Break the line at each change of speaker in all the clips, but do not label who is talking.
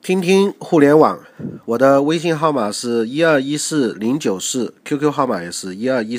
听听互联网，我的微信号码是1214094， QQ 号码也是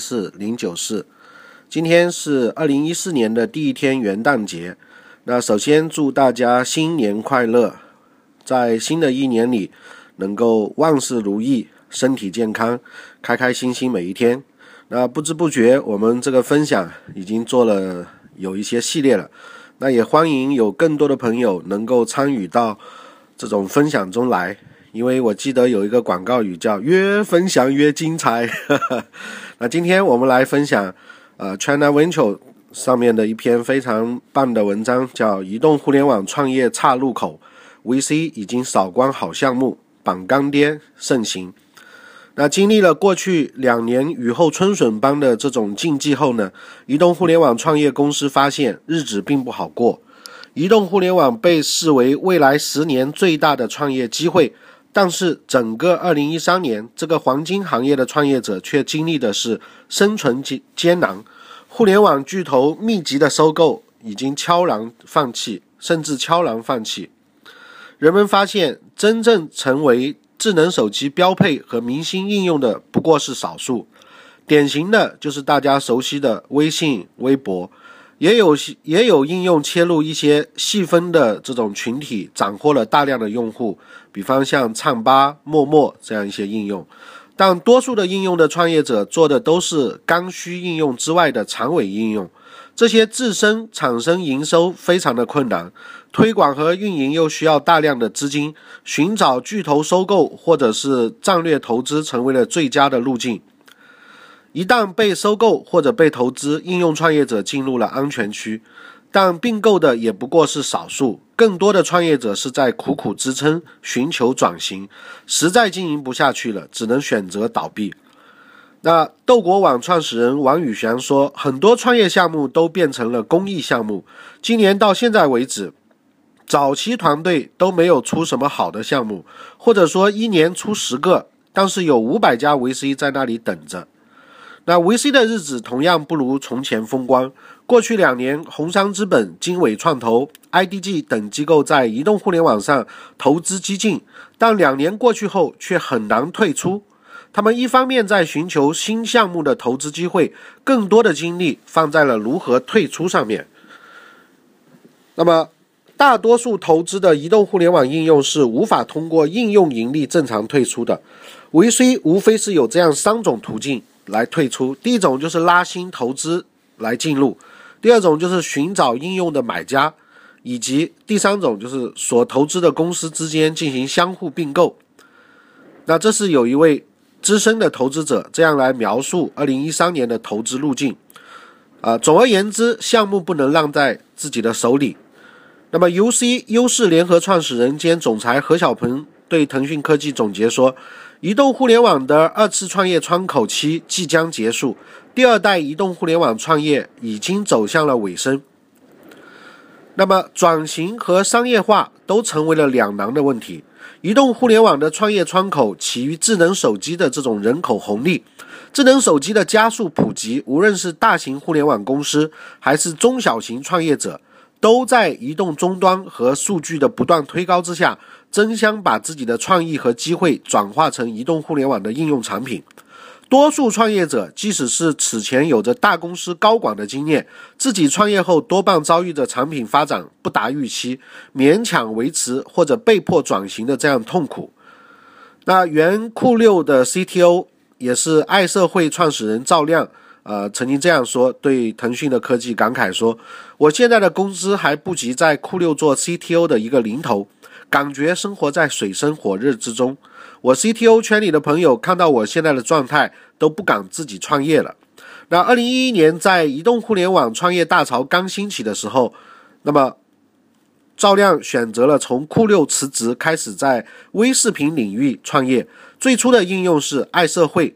1214094。今天是2014年的第一天元旦节，那首先祝大家新年快乐，在新的一年里能够万事如意，身体健康，开开心心每一天。那不知不觉我们这个分享已经做了有一些系列了，那也欢迎有更多的朋友能够参与到这种分享中来，因为我记得有一个广告语叫越分享越精彩那今天我们来分享China Venture 上面的一篇非常棒的文章，叫移动互联网创业岔路口， VC 已经扫光好项目，绑干爹盛行。那经历了过去2年雨后春笋般的这种禁忌后呢，移动互联网创业公司发现日子并不好过。移动互联网被视为未来10年最大的创业机会，但是整个2013年这个黄金行业的创业者却经历的是生存艰难。互联网巨头密集的收购已经悄然放弃，甚至悄然放弃。人们发现真正成为智能手机标配和明星应用的不过是少数，典型的就是大家熟悉的微信、微博，也有应用切入一些细分的这种群体，斩获了大量的用户，比方像唱吧、陌陌这样一些应用。但多数的应用的创业者做的都是刚需应用之外的长尾应用，这些自身产生营收非常的困难，推广和运营又需要大量的资金，寻找巨头收购或者是战略投资成为了最佳的路径。一旦被收购或者被投资，应用创业者进入了安全区，但并购的也不过是少数，更多的创业者是在苦苦支撑，寻求转型，实在经营不下去了，只能选择倒闭。那斗国网创始人王宇翔说，很多创业项目都变成了公益项目，今年到现在为止，早期团队都没有出什么好的项目，或者说1年出10个，但是有500家 VC 在那里等着。那 VC 的日子同样不如从前风光。过去2年，红杉资本、经纬创投、IDG 等机构在移动互联网上投资激进，但2年过去后却很难退出。他们一方面在寻求新项目的投资机会，更多的精力放在了如何退出上面。那么大多数投资的移动互联网应用是无法通过应用盈利正常退出的， VC 无非是有这样3种途径来退出。第一种就是拉新投资来进入，第二种就是寻找应用的买家，以及第3种就是所投资的公司之间进行相互并购。那这是有一位资深的投资者这样来描述2013年的投资路径。总而言之，项目不能让在自己的手里。那么 UC 优势联合创始人兼总裁何小鹏对腾讯科技总结说，移动互联网的2次创业窗口期即将结束，第2代移动互联网创业已经走向了尾声。那么转型和商业化都成为了两难的问题。移动互联网的创业窗口起于智能手机的这种人口红利，智能手机的加速普及，无论是大型互联网公司还是中小型创业者，都在移动终端和数据的不断推高之下，争相把自己的创意和机会转化成移动互联网的应用产品。多数创业者即使是此前有着大公司高管的经验，自己创业后多半遭遇着产品发展不达预期，勉强维持或者被迫转型的这样痛苦。那原酷6的 CTO 也是爱社会创始人赵亮曾经这样说，对腾讯的科技感慨说，我现在的工资还不及在酷6做 CTO 的一个零头，感觉生活在水深火热之中。我 CTO 圈里的朋友看到我现在的状态都不敢自己创业了。那2011年在移动互联网创业大潮刚兴起的时候，那么赵亮选择了从酷6辞职，开始在微视频领域创业。最初的应用是爱社会，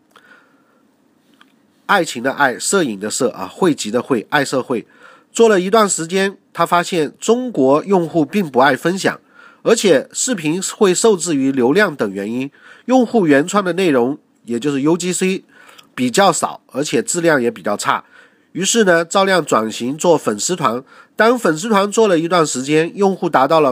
爱情的爱，摄影的摄汇集的汇，爱社会。做了一段时间，他发现中国用户并不爱分享，而且视频会受制于流量等原因，用户原创的内容也就是 UGC 比较少，而且质量也比较差。 于是呢，照亮转型做粉丝团。当粉丝团做了一段时间，用户达到了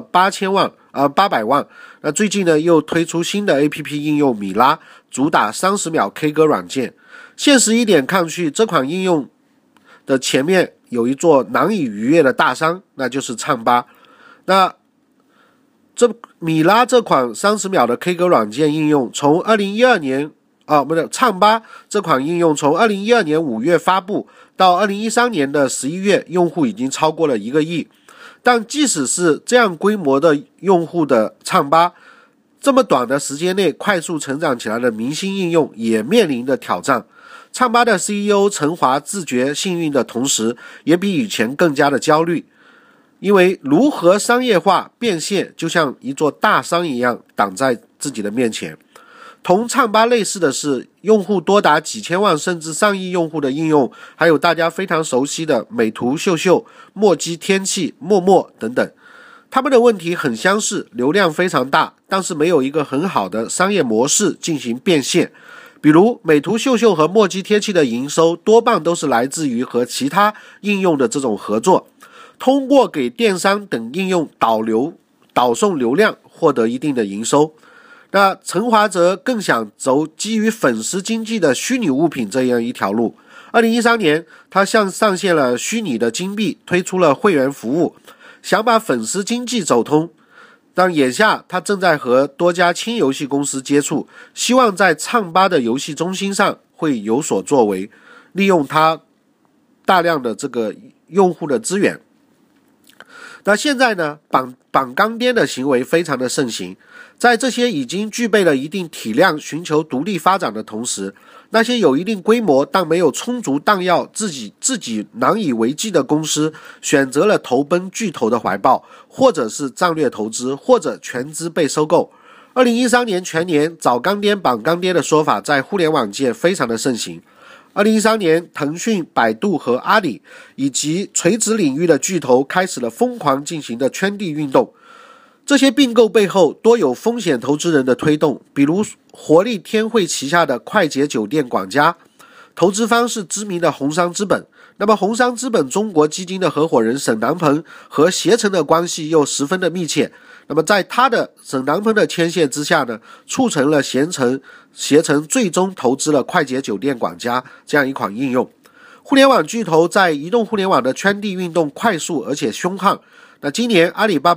800万。那最近呢，又推出新的 APP 应用米拉，主打30秒 K 歌软件。现实一点看去，这款应用的前面有一座难以逾越的大山，那就是唱吧。那米拉这款30秒的 K 歌软件应用，从2012年唱吧这款应用从2012年5月发布到2013年的11月，用户已经超过了1个亿。但即使是这样规模的用户的唱吧，这么短的时间内快速成长起来的明星应用也面临的挑战。唱吧的 CEO 陈华自觉幸运的同时，也比以前更加的焦虑，因为如何商业化变现就像一座大山一样挡在自己的面前。同唱吧类似的是，用户多达几千万甚至上亿用户的应用，还有大家非常熟悉的美图秀秀、墨迹天气、陌陌等等。他们的问题很相似，流量非常大，但是没有一个很好的商业模式进行变现。比如美图秀秀和墨迹天气的营收多半都是来自于和其他应用的这种合作，通过给电商等应用导送流量获得一定的营收。那陈华则更想走基于粉丝经济的虚拟物品这样一条路。2013年，他上线了虚拟的金币，推出了会员服务，想把粉丝经济走通。但眼下他正在和多家轻游戏公司接触，希望在唱吧的游戏中心上会有所作为，利用他大量的这个用户的资源。那现在呢，绑钢钉的行为非常的盛行，在这些已经具备了一定体量寻求独立发展的同时，那些有一定规模但没有充足弹药自己难以为继的公司，选择了投奔巨头的怀抱，或者是战略投资，或者全资被收购。2013年全年找钢钉绑钢钉的说法在互联网界非常的盛行。2013年，腾讯、百度和阿里以及垂直领域的巨头开始了疯狂进行的圈地运动。这些并购背后多有风险投资人的推动，比如活力天汇旗下的快捷酒店管家，投资方是知名的红杉资本。那么红杉资本中国基金的合伙人沈南鹏和携程的关系又十分的密切。那么在沈南鹏的牵线之下呢，促成了携程最终投资了快捷酒店管家这样一款应用。互联网巨头在移动互联网的圈地运动快速而且凶悍。那今年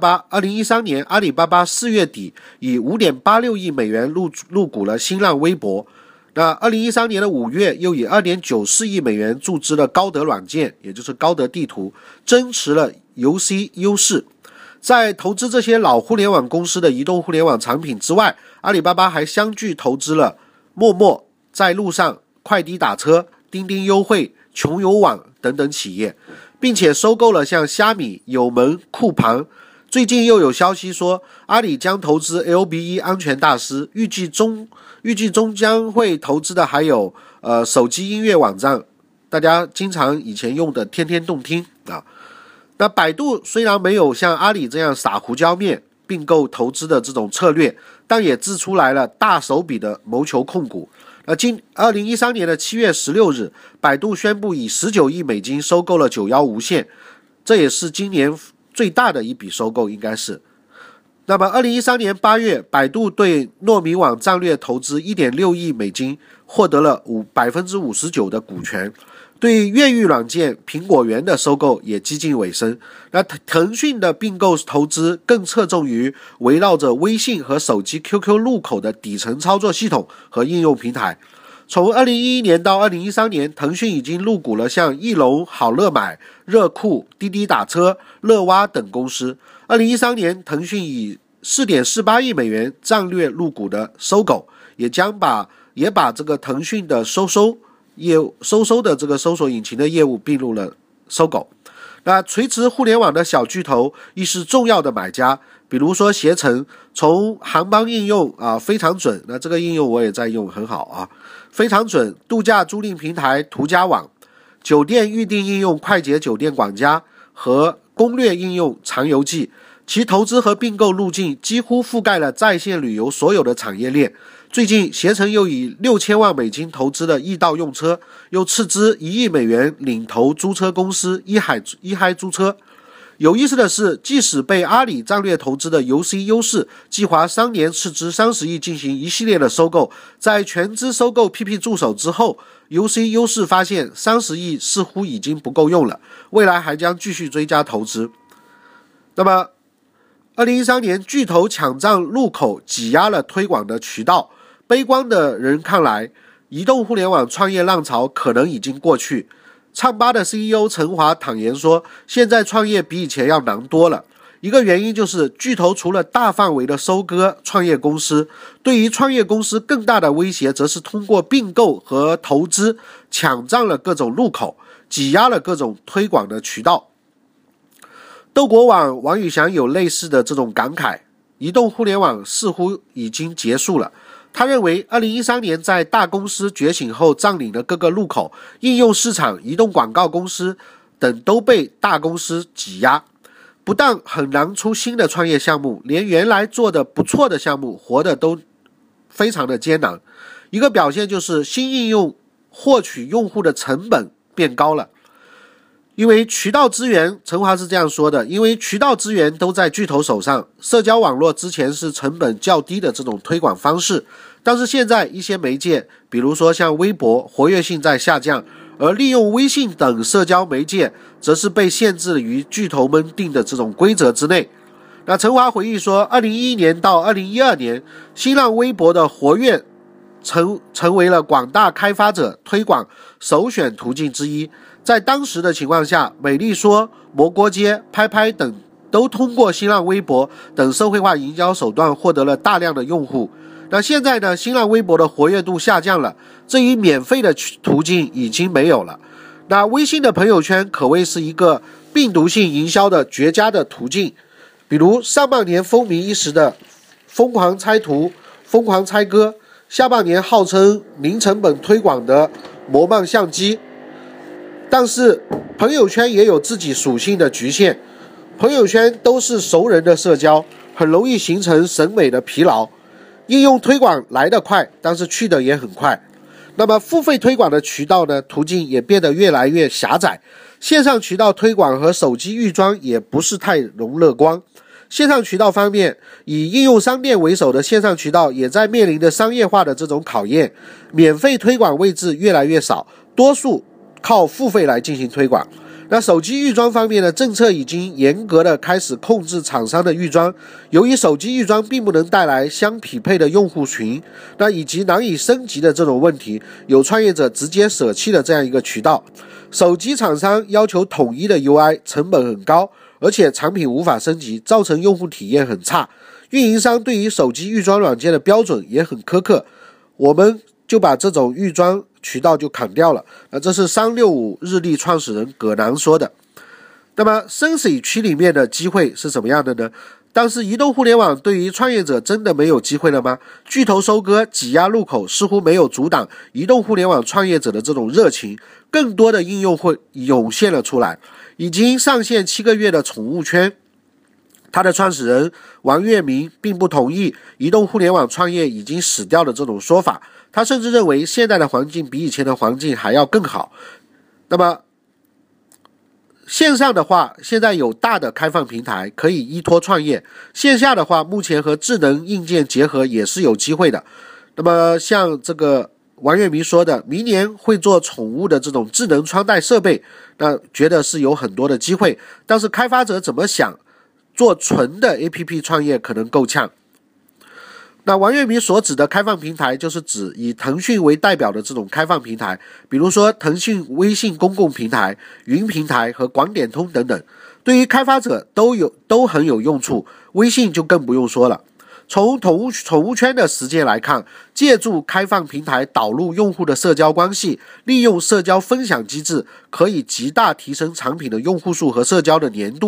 2013年阿里巴巴4月底以 5.86 亿美元入股了新浪微博。那2013年的5月又以 2.94 亿美元注资了高德软件，也就是高德地图，增持了游戏优势。在投资这些老互联网公司的移动互联网产品之外，阿里巴巴还相继投资了陌陌、在路上、快滴打车、钉钉优惠、穷游网等等企业，并且收购了像虾米、友盟、酷庞。最近又有消息说，阿里将投资 LBE 安全大师，预计中将会投资的还有手机音乐网站，大家经常以前用的天天动听啊。那百度虽然没有像阿里这样撒胡椒面并购投资的这种策略，但也掷出来了大手笔的谋求控股。2013年的7月16日，百度宣布以19亿美金收购了91无线，这也是今年最大的一笔收购应该是。那么2013年8月，百度对糯米网战略投资 1.6 亿美金，获得了 59% 的股权。对越狱软件苹果园的收购也接近尾声。那腾讯的并购投资更侧重于围绕着微信和手机 QQ 入口的底层操作系统和应用平台。从2011年到2013年，腾讯已经入股了像翼龙、好乐买、热酷、滴滴打车、乐蛙等公司。2013年，腾讯以 4.48 亿美元战略入股的搜狗，也把这个腾讯的搜搜的这个搜索引擎的业务并入了搜狗。那垂直互联网的小巨头亦是重要的买家，比如说携程，从航班应用非常准，那这个应用我也在用，很好啊，非常准，度假租赁平台途家网，酒店预订应用快捷酒店管家和攻略应用长游记， 其投资和并购路径几乎覆盖了在线旅游所有的产业链。最近，携程又以6000万美金投资的易到用车，又斥资1亿美元领投租车公司一嗨租车。有意思的是，即使被阿里战略投资的UC优势计划3年斥资30亿进行一系列的收购，在全资收购 PP 助手之后，UC优势发现30亿似乎已经不够用了，未来还将继续追加投资。那么2013年巨头抢占入口，挤压了推广的渠道。悲观的人看来，移动互联网创业浪潮可能已经过去。唱吧的 CEO 陈华坦言说，现在创业比以前要难多了。一个原因就是巨头除了大范围的收割创业公司，对于创业公司更大的威胁则是通过并购和投资抢占了各种入口，挤压了各种推广的渠道。斗国网王宇翔有类似的这种感慨，移动互联网似乎已经结束了。他认为2013年在大公司觉醒后占领的各个入口，应用市场、移动广告公司等都被大公司挤压，不但很难出新的创业项目，连原来做的不错的项目活得都非常的艰难。一个表现就是新应用获取用户的成本变高了。因为渠道资源，陈华是这样说的，因为渠道资源都在巨头手上，社交网络之前是成本较低的这种推广方式，但是现在一些媒介，比如说像微博，活跃性在下降，而利用微信等社交媒介则是被限制于巨头们定的这种规则之内。那陈华回忆说，2011年到2012年，新浪微博的活跃成为了广大开发者推广首选途径之一。在当时的情况下，美丽说、蘑菇街、拍拍等都通过新浪微博等社会化营销手段获得了大量的用户。那现在呢，新浪微博的活跃度下降了，这一免费的途径已经没有了。那微信的朋友圈可谓是一个病毒性营销的绝佳的途径，比如上半年风靡一时的疯狂猜图、疯狂猜歌，下半年号称零成本推广的摩曼相机。但是朋友圈也有自己属性的局限，朋友圈都是熟人的社交，很容易形成审美的疲劳。应用推广来得快，但是去的也很快。那么付费推广的渠道呢，途径也变得越来越狭窄，线上渠道推广和手机预装也不是太容乐观。线上渠道方面，以应用商店为首的线上渠道也在面临着商业化的这种考验，免费推广位置越来越少，多数靠付费来进行推广。那手机预装方面呢，政策已经严格的开始控制厂商的预装，由于手机预装并不能带来相匹配的用户群，那以及难以升级的这种问题，有创业者直接舍弃了这样一个渠道。手机厂商要求统一的 UI 成本很高，而且产品无法升级，造成用户体验很差。运营商对于手机预装软件的标准也很苛刻，我们就把这种预装渠道就砍掉了。这是365日历创始人葛南说的。那么深水区里面的机会是什么样的呢？但是移动互联网对于创业者真的没有机会了吗？巨头收割挤压入口似乎没有阻挡移动互联网创业者的这种热情，更多的应用会涌现了出来。已经上线7个月的宠物圈，他的创始人王跃明并不同意移动互联网创业已经死掉的这种说法，他甚至认为现在的环境比以前的环境还要更好。那么线上的话，现在有大的开放平台可以依托创业，线下的话目前和智能硬件结合也是有机会的。那么像这个王跃明说的，明年会做宠物的这种智能穿戴设备，那觉得是有很多的机会，但是开发者怎么想，做纯的 APP 创业可能够呛。那王跃明所指的开放平台，就是指以腾讯为代表的这种开放平台，比如说腾讯微信公共平台、云平台和广点通等等，对于开发者都很有用处，微信就更不用说了。从宠物圈的实践来看，借助开放平台导入用户的社交关系，利用社交分享机制，可以极大提升产品的用户数和社交的粘度。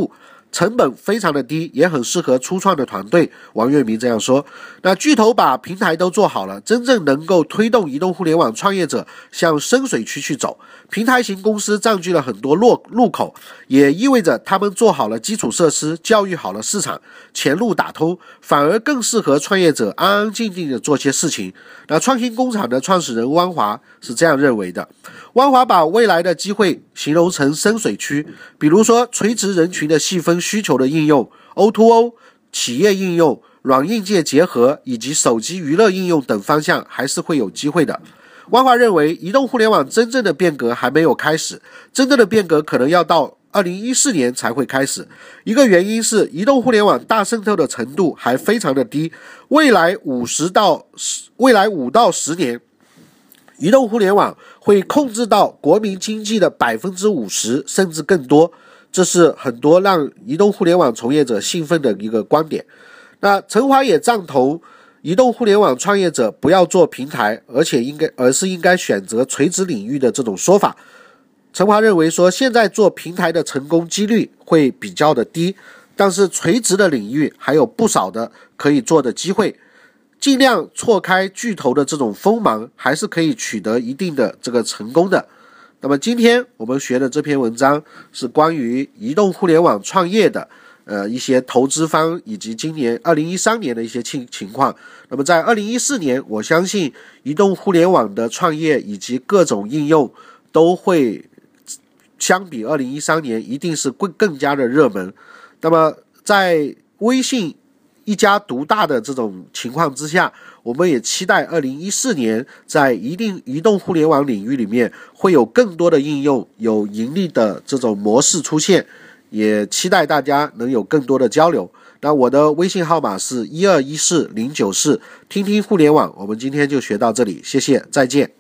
成本非常的低，也很适合初创的团队。王月明这样说。那巨头把平台都做好了，真正能够推动移动互联网创业者向深水区去走。平台型公司占据了很多路口，也意味着他们做好了基础设施，教育好了市场，前路打通，反而更适合创业者安安静静的做些事情。那创新工厂的创始人汪华是这样认为的。汪华把未来的机会形容成深水区，比如说垂直人群的细分需求的应用 O2O 企业应用、软硬件结合以及手机娱乐应用等方向还是会有机会的。汪华认为移动互联网真正的变革还没有开始，真正的变革可能要到2014年才会开始。一个原因是移动互联网大渗透的程度还非常的低，未来5到10年移动互联网会控制到国民经济的 50% 甚至更多，这是很多让移动互联网从业者兴奋的一个观点。那陈华也赞同移动互联网创业者不要做平台，而是应该选择垂直领域的这种说法。陈华认为说，现在做平台的成功几率会比较的低，但是垂直的领域还有不少的可以做的机会，尽量错开巨头的这种锋芒，还是可以取得一定的这个成功的。那么今天我们学的这篇文章是关于移动互联网创业的一些投资方以及今年2013年的一些情况。那么在2014年，我相信移动互联网的创业以及各种应用都会相比2013年一定是更加的热门。那么在微信一家独大的这种情况之下，我们也期待2014年在移动互联网领域里面会有更多的应用，有盈利的这种模式出现，也期待大家能有更多的交流。那我的微信号码是1214094，听听互联网。我们今天就学到这里，谢谢，再见。